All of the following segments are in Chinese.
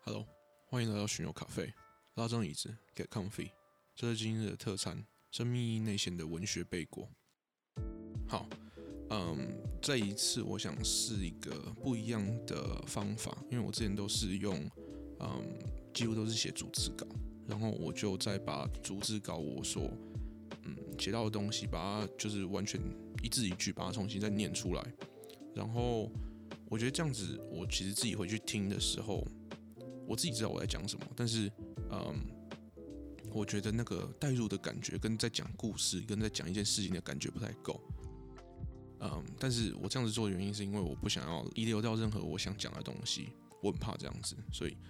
Hello，欢迎来到巡游咖啡，拉张椅子，get comfy。这是今日的特餐，生命意义内显的文学贝果。好，这一次我想试一个不一样的方法，因为我之前都是用，几乎都是写逐字稿，然后我就再把逐字稿我所写到的东西，把它就是完全一字一句把它重新再念出来，然后我觉得这样子，我其实自己回去听的时候，我自己知道我在讲什么，但是我觉得那个带入的感觉跟在讲故事，跟在讲一件事情的感觉不太够。但是我这样子做的原因是因为我不想要遗留掉任何我想讲的东西，我很怕这样子，所以，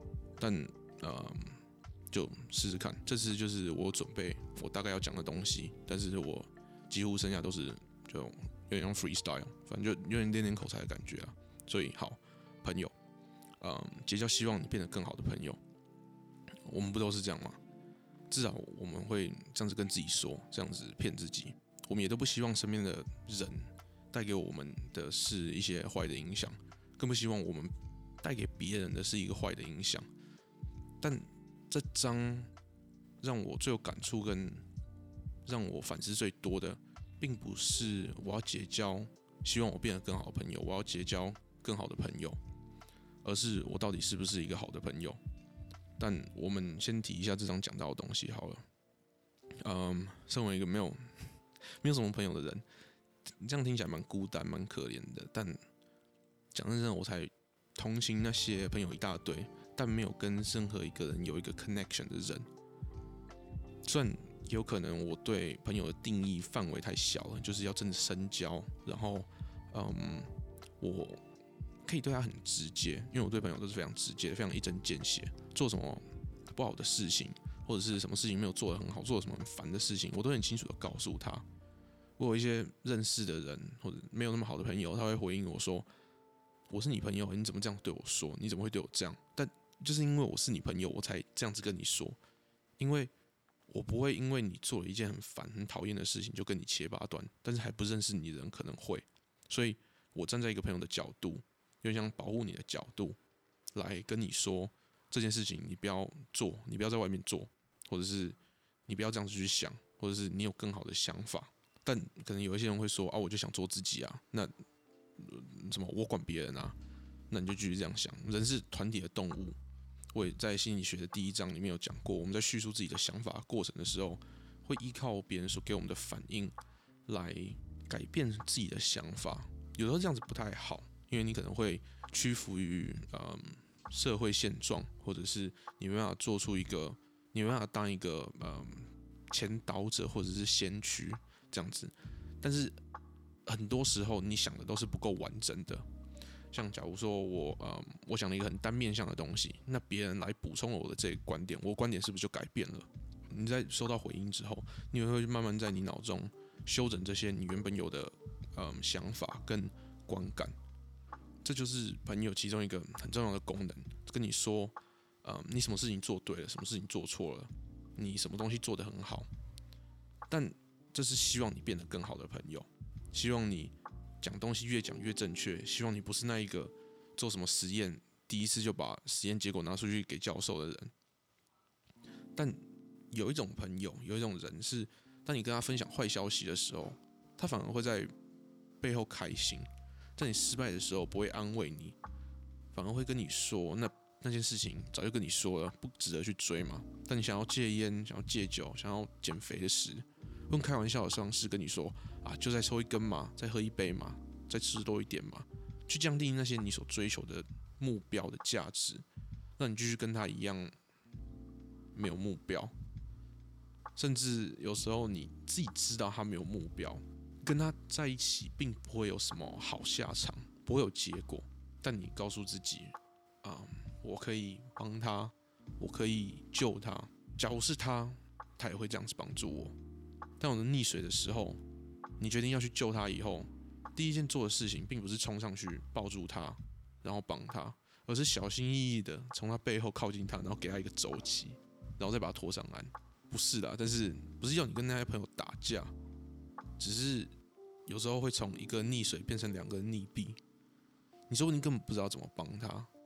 就试试看。这次就是我准备我大概要讲的东西，但是我几乎剩下都是就有点像 freestyle， 反正就有点练练口才的感觉啊。所以好，朋友，结交希望你变得更好的朋友，我们不都是这样吗？至少我们会这样子跟自己说，这样子骗自己。我们也都不希望身边的人带给我们的是一些坏的影响，更不希望我们带给别人的是一个坏的影响。但这章让我最有感触跟让我反思最多的，并不是我要结交希望我变得更好的朋友，我要结交更好的朋友，而是我到底是不是一个好的朋友。但我们先提一下这章讲到的东西好了。身为一个没有什么朋友的人，这样听起来蛮孤单、蛮可怜的。但讲认真的，我才同情那些朋友一大堆，但没有跟任何一个人有一个 connection 的人。虽然有可能我对朋友的定义范围太小了，就是要真的深交，然后我可以对他很直接，因为我对朋友都是非常直接的，非常一针见血。做什么不好的事情，或者是什么事情没有做得很好，做了什么很烦的事情，我都很清楚的告诉他。我有一些认识的人，或者没有那么好的朋友，他会回应我说：“我是你朋友，你怎么这样对我说？你怎么会对我这样？”但就是因为我是你朋友，我才这样子跟你说。因为我不会因为你做了一件很烦、很讨厌的事情就跟你切八段，但是还不认识你的人可能会，所以我站在一个朋友的角度，有点像保护你的角度，来跟你说这件事情你不要做，你不要在外面做，或者是你不要这样子去想，或者是你有更好的想法。但可能有一些人会说啊，我就想做自己啊，那什么我管别人啊，那你就继续这样想。人是团体的动物，我也在心理学的第1章里面有讲过，我们在叙述自己的想法过程的时候，会依靠别人所给我们的反应来改变自己的想法。有时候这样子不太好，因为你可能会屈服于社会现状，或者是你没办法做出一个，你没办法当一个前导者或者是先驱这样子。但是很多时候你想的都是不够完整的。像假如说我想了一个很单面向的东西，那别人来补充了我的这个观点，我的观点是不是就改变了？你在收到回应之后，你也会慢慢在你脑中修整这些你原本有的想法跟观感。这就是朋友其中一个很重要的功能，跟你说，你什么事情做对了，什么事情做错了，你什么东西做得很好，但这是希望你变得更好的朋友，希望你讲东西越讲越正确，希望你不是那一个做什么实验第一次就把实验结果拿出去给教授的人。但有一种朋友，有一种人是，当你跟他分享坏消息的时候，他反而会在背后开心。在你失败的时候不会安慰你，反而会跟你说那件事情早就跟你说了，不值得去追嘛。但你想要戒烟，想要戒酒，想要减肥的时，用开玩笑的方式跟你说啊，就再抽一根嘛，再喝一杯嘛，再吃多一点嘛，去降低那些你所追求的目标的价值，让你继续跟他一样没有目标。甚至有时候你自己知道他没有目标，跟他在一起并不会有什么好下场，不会有结果。但你告诉自己，我可以帮他，我可以救他。假如是他也会这样子帮助我。当我溺水的时候，你决定要去救他以后，第一件做的事情并不是冲上去抱住他，然后帮他，而是小心翼翼的从他背后靠近他，然后给他一个肘击，然后再把他拖上岸。不是啦，但是不是要你跟那些朋友打架，只是有时候会从一个溺水变成2个人溺毙，你说不定根本不知道怎么帮他，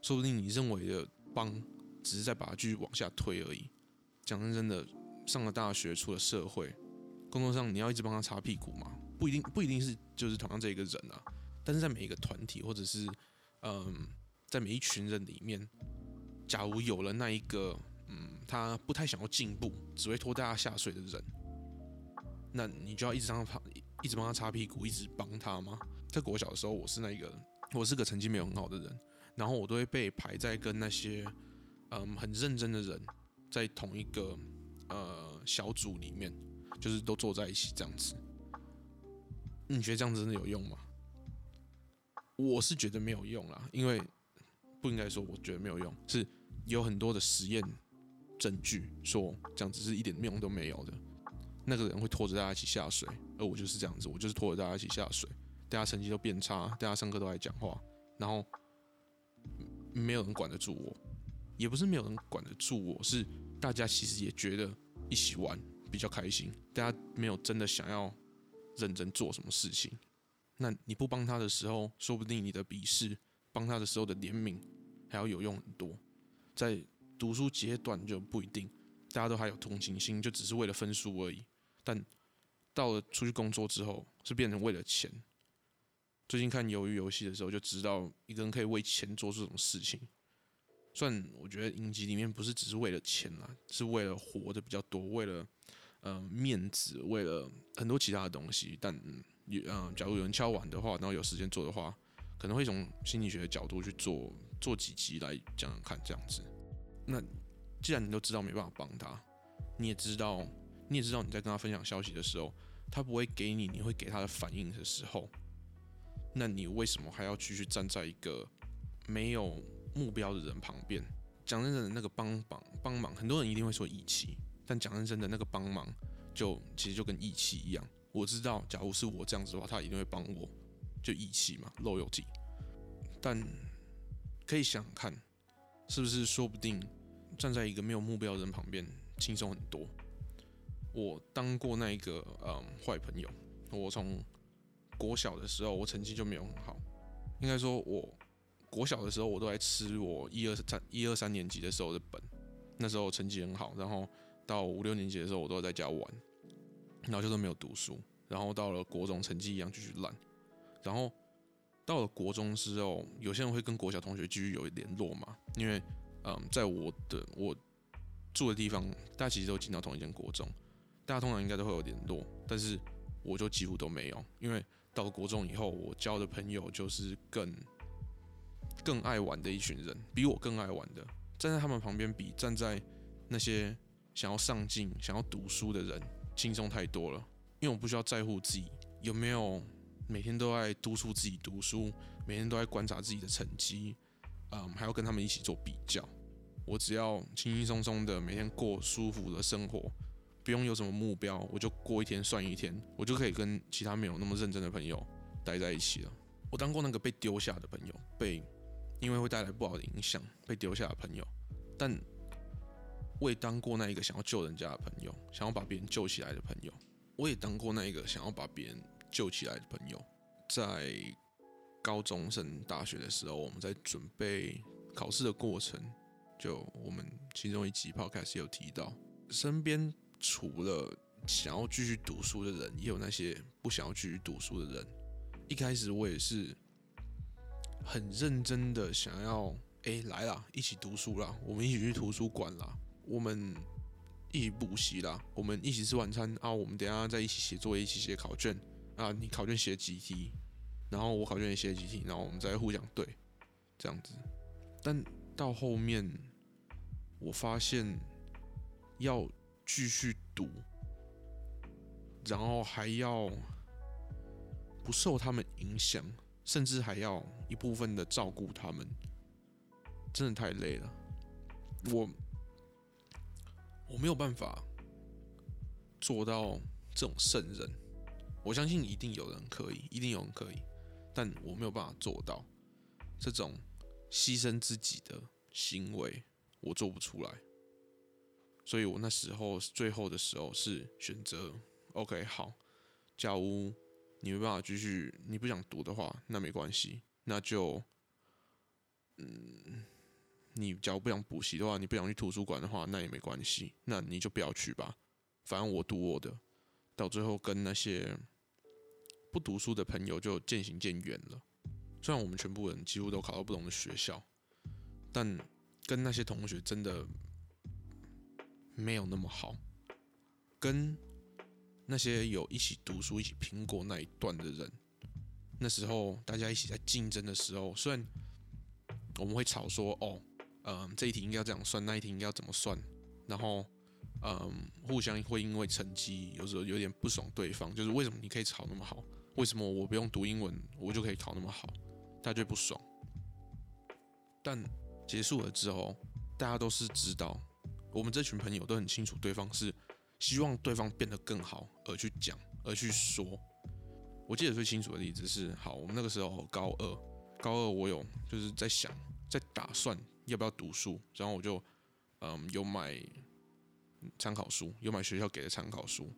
说不定你认为的帮，只是在把它继续往下推而已。讲认真的，上了大学，出了社会，工作上你要一直帮他擦屁股嘛？不一定是就是同样这一个人啊，但是在每一个团体或者是在每一群人里面，假如有了那一个他不太想要进步，只会拖大家下水的人，那你就要一直帮他擦屁股，一直帮他吗？在国小的时候，我是个成绩没有很好的人，然后我都会被排在跟那些很认真的人在同一个小组里面，就是都坐在一起这样子。你觉得这样子真的有用吗？我是觉得没有用啦，因为不应该说我觉得没有用，是有很多的实验证据说这样子是一点用都没有的。那个人会拖着大家一起下水，而我就是这样子，我就是拖着大家一起下水，大家成绩都变差，大家上课都在讲话，然后没有人管得住我，也不是没有人管得住我，是大家其实也觉得一起玩比较开心，大家没有真的想要认真做什么事情。那你不帮他的时候，说不定你的鄙视帮他的时候的怜悯还要有用很多。在读书阶段就不一定，大家都还有同情心，就只是为了分数而已。但到了出去工作之后，是变成为了钱。最近看《鱿鱼游戏》的时候，就知道一个人可以为钱做出这种事情。虽然我觉得影集里面不是只是为了钱啦，是为了活得比较多，为了面子，为了很多其他的东西。但假如有人敲碗的话，然后有时间做的话，可能会从心理学的角度去做几集来讲讲看这样子。那既然你都知道没办法帮他，你也知道你在跟他分享消息的时候，他不会给你会给他的反应的时候，那你为什么还要继续站在一个没有目标的人旁边？讲认真的，那个帮忙，很多人一定会说义气，但讲认真的那个帮忙，其实就跟义气一样。我知道，假如是我这样子的话，他一定会帮我，就义气嘛，loyalty。但可以想想看，是不是说不定站在一个没有目标的人旁边轻松很多？我当过那一个坏朋友，我从国小的时候，我成绩就没有很好，应该说我国小的时候，我都在吃我一二三年级的时候的本，那时候成绩很好，然后到5、6年级的时候，我都在家玩，然后就是没有读书，然后到了国中成绩一样继续烂，然后到了国中之后，有些人会跟国小同学继续有联络嘛，因为在我住的地方，大家其实都进到同一间国中，大家通常应该都会有联络，但是我就几乎都没有，因为到了国中以后，我交的朋友就是更爱玩的一群人，比我更爱玩的，站在他们旁边比站在那些想要上进、想要读书的人轻松太多了。因为我不需要在乎自己有没有每天都在督促自己读书，每天都在观察自己的成绩，还要跟他们一起做比较。我只要轻轻松松的每天过舒服的生活，不用有什么目标，我就过一天算一天，我就可以跟其他没有那么认真的朋友待在一起了。我当过那个被丢下的朋友，因为会带来不好的影响被丢下的朋友，但我也当过那一个想要救人家的朋友，想要把别人救起来的朋友。我也当过那一个想要把别人救起来的朋友。在高中升大学的时候，我们在准备考试的过程，就我们其中一集 podcast 有提到，身边除了想要继续读书的人，也有那些不想要继续读书的人。一开始我也是很认真的想要，来啦，一起读书啦，我们一起去图书馆啦，我们一起补习啦，我们一起吃晚餐啊，我们等一下再一起写作业，一起写考卷啊，你考卷写几题，然后我考卷也写几题，然后我们再互相对，这样子。但到后面，我发现要继续读，然后还要不受他们影响，甚至还要一部分的照顾他们，真的太累了。我没有办法做到这种圣人，我相信一定有人可以，一定有人可以，但我没有办法做到这种牺牲自己的行为，我做不出来。所以我那时候最后的时候是选择 OK 好，假如你没办法继续，你不想读的话，那没关系，那就你假如不想补习的话，你不想去图书馆的话，那也没关系，那你就不要去吧。反正我读我的，到最后跟那些不读书的朋友就渐行渐远了。虽然我们全部人几乎都考到不同的学校，但跟那些同学真的没有那么好。跟那些有一起读书、一起拼过那一段的人，那时候大家一起在竞争的时候，虽然我们会吵说，这一题应该要这样算，那一题应该要怎么算，然后，互相会因为成绩有时候有点不爽对方，就是为什么你可以考那么好，为什么我不用读英文我就可以考那么好，大家就不爽。但结束了之后，大家都是知道，我们这群朋友都很清楚对方是希望对方变得更好而去讲，而去说。我记得最清楚的例子是，好，我们那个时候高二我有就是在想，在打算要不要读书，然后我就有买参考书，有买学校给的参考书，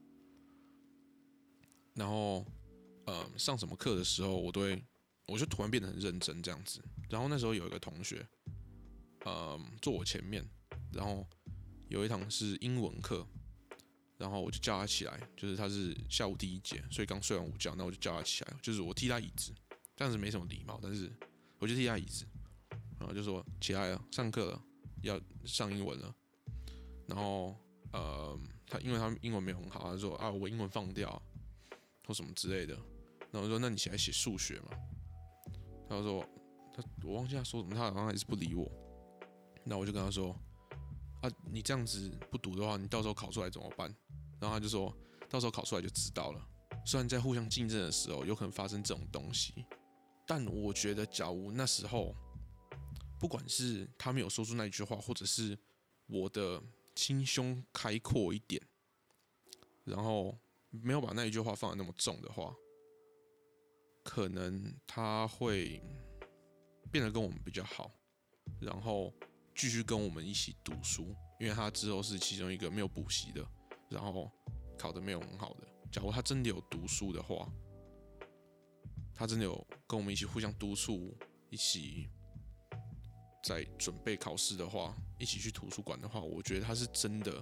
然后上什么课的时候，我就突然变得很认真这样子。然后那时候有一个同学，坐我前面，然后有一堂是英文课，然后我就叫他起来，就是他是下午第一节，所以刚睡完午觉，那我就叫他起来，就是我踢他椅子，这样子没什么礼貌，但是我就踢他椅子，然后就说起来了，上课了，要上英文了。然后因为他英文没有很好，他说啊我英文放掉或什么之类的，然后我说那你起来写数学嘛，他就说我忘记他说什么，他好像还是不理我。那我就跟他说啊你这样子不读的话，你到时候考出来怎么办？然后他就说到时候考出来就知道了。虽然在互相竞争的时候有可能发生这种东西，但我觉得假如那时候不管是他没有说出那一句话，或者是我的心胸开阔一点，然后没有把那一句话放得那么重的话，可能他会变得跟我们比较好，然后继续跟我们一起读书，因为他之后是其中一个没有补习的，然后考得没有很好的。假如他真的有读书的话，他真的有跟我们一起互相督促，一起在准备考试的话，一起去图书馆的话，我觉得他是真的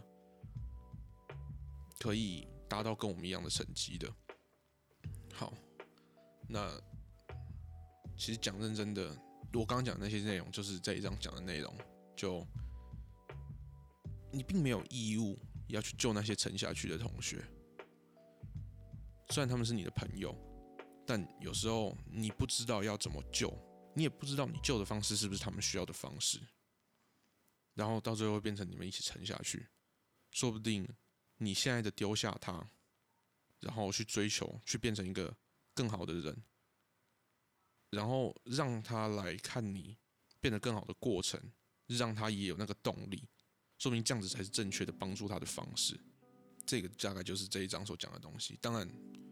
可以达到跟我们一样的成绩的。好，那其实讲认真的，我刚刚讲的那些内容，就是这一章讲的内容，就你并没有义务要去救那些沉下去的同学，虽然他们是你的朋友，但有时候你不知道要怎么救，你也不知道你救的方式是不是他们需要的方式，然后到最后会变成你们一起沉下去。说不定你现在的丢下他，然后去追求，去变成一个更好的人，然后让他来看你变得更好的过程，让他也有那个动力，说明这样子才是正确的帮助他的方式。这个大概就是这一章所讲的东西。当然，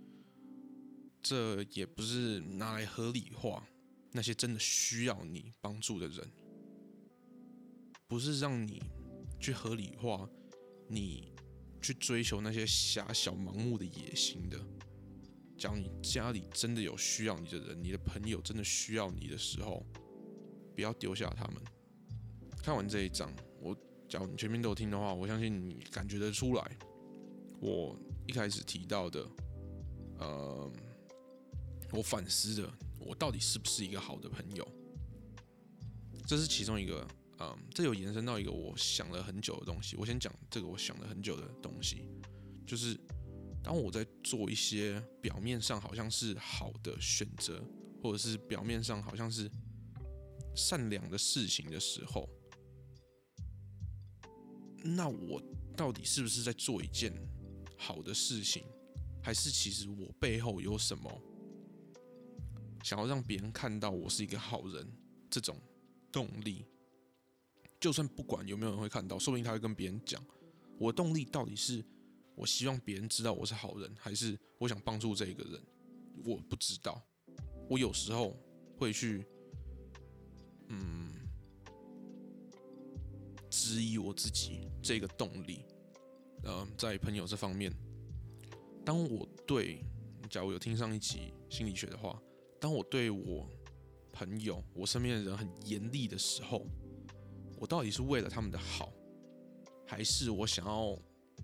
这也不是拿来合理化那些真的需要你帮助的人，不是让你去合理化你去追求那些狭小盲目的野心的。假如你家里真的有需要你的人，你的朋友真的需要你的时候，不要丢下他们。看完这一章，假如你前面都有听的话，我相信你感觉得出来，我一开始提到的，我反思的，我到底是不是一个好的朋友？这是其中一个，这有延伸到一个我想了很久的东西。我先讲这个我想了很久的东西，就是当我在做一些表面上好像是好的选择，或者是表面上好像是善良的事情的时候，那我到底是不是在做一件好的事情，还是其实我背后有什么想要让别人看到我是一个好人这种动力？就算不管有没有人会看到，说不定他会跟别人讲，我的动力到底是我希望别人知道我是好人，还是我想帮助这一个人？我不知道。我有时候会去质疑我自己这个动力。在朋友这方面，当我对，假如有听上一集心理学的话，当我对我朋友、我身边的人很严厉的时候， 我到底是为了他们的好，还是我想要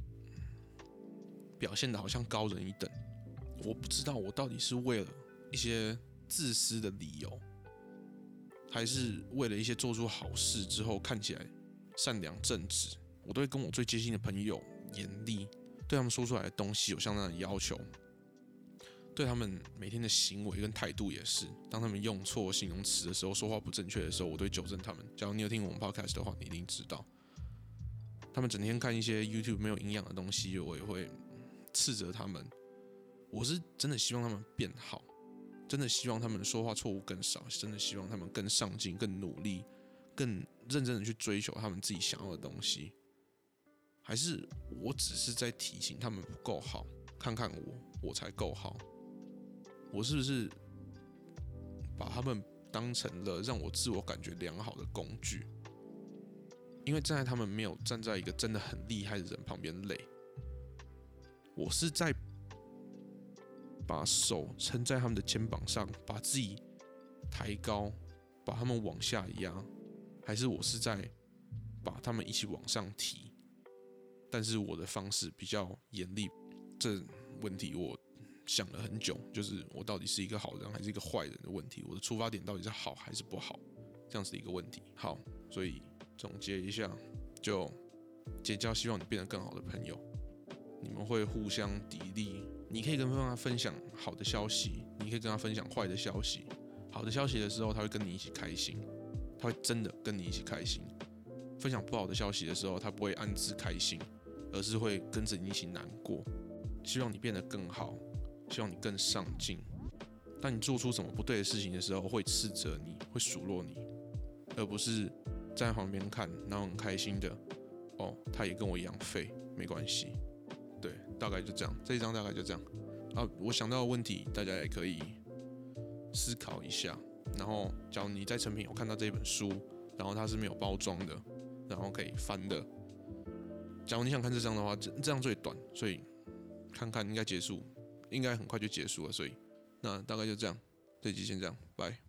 表现的好像高人一等？我不知道我到底是为了一些自私的理由，还是为了一些做出好事之后看起来善良正直。我都会跟我最接近的朋友严厉，对他们说出来的东西有相当的要求，对他们每天的行为跟态度也是。当他们用错形容词的时候，说话不正确的时候，我都会纠正他们。假如你有听我们 podcast 的话，你一定知道。他们整天看一些 YouTube 没有营养的东西，我也会斥责他们。我是真的希望他们变好，真的希望他们说话错误更少，真的希望他们更上进、更努力、更认真的去追求他们自己想要的东西。还是我只是在提醒他们不够好，看看我才够好。我是不是把他们当成了让我自我感觉良好的工具？因为站在他们没有站在一个真的很厉害的人旁边累，我是在把手撑在他们的肩膀上，把自己抬高，把他们往下压，还是我是在把他们一起往上提？但是我的方式比较严厉。这问题我想了很久，就是我到底是一个好人还是一个坏人的问题。我的出发点到底是好还是不好，这样子的一个问题。好，所以总结一下，就结交希望你变得更好的朋友，你们会互相砥砺。你可以跟他分享好的消息，你可以跟他分享坏的消息。好的消息的时候，他会跟你一起开心，他会真的跟你一起开心。分享不好的消息的时候，他不会暗自开心，而是会跟着你一起难过。希望你变得更好，希望你更上进。当你做出什么不对的事情的时候，会斥责你，会数落你，而不是站在旁边看，然后很开心的，哦，他也跟我一样废，没关系。对，大概就这样，这一章大概就这样。啊，我想到的问题，大家也可以思考一下。然后，假如你在成品有看到这本书，然后它是没有包装的，然后可以翻的。假如你想看这章的话，这样最短，所以看看应该结束，应该很快就结束了。所以，那大概就这样，这集先这样，拜。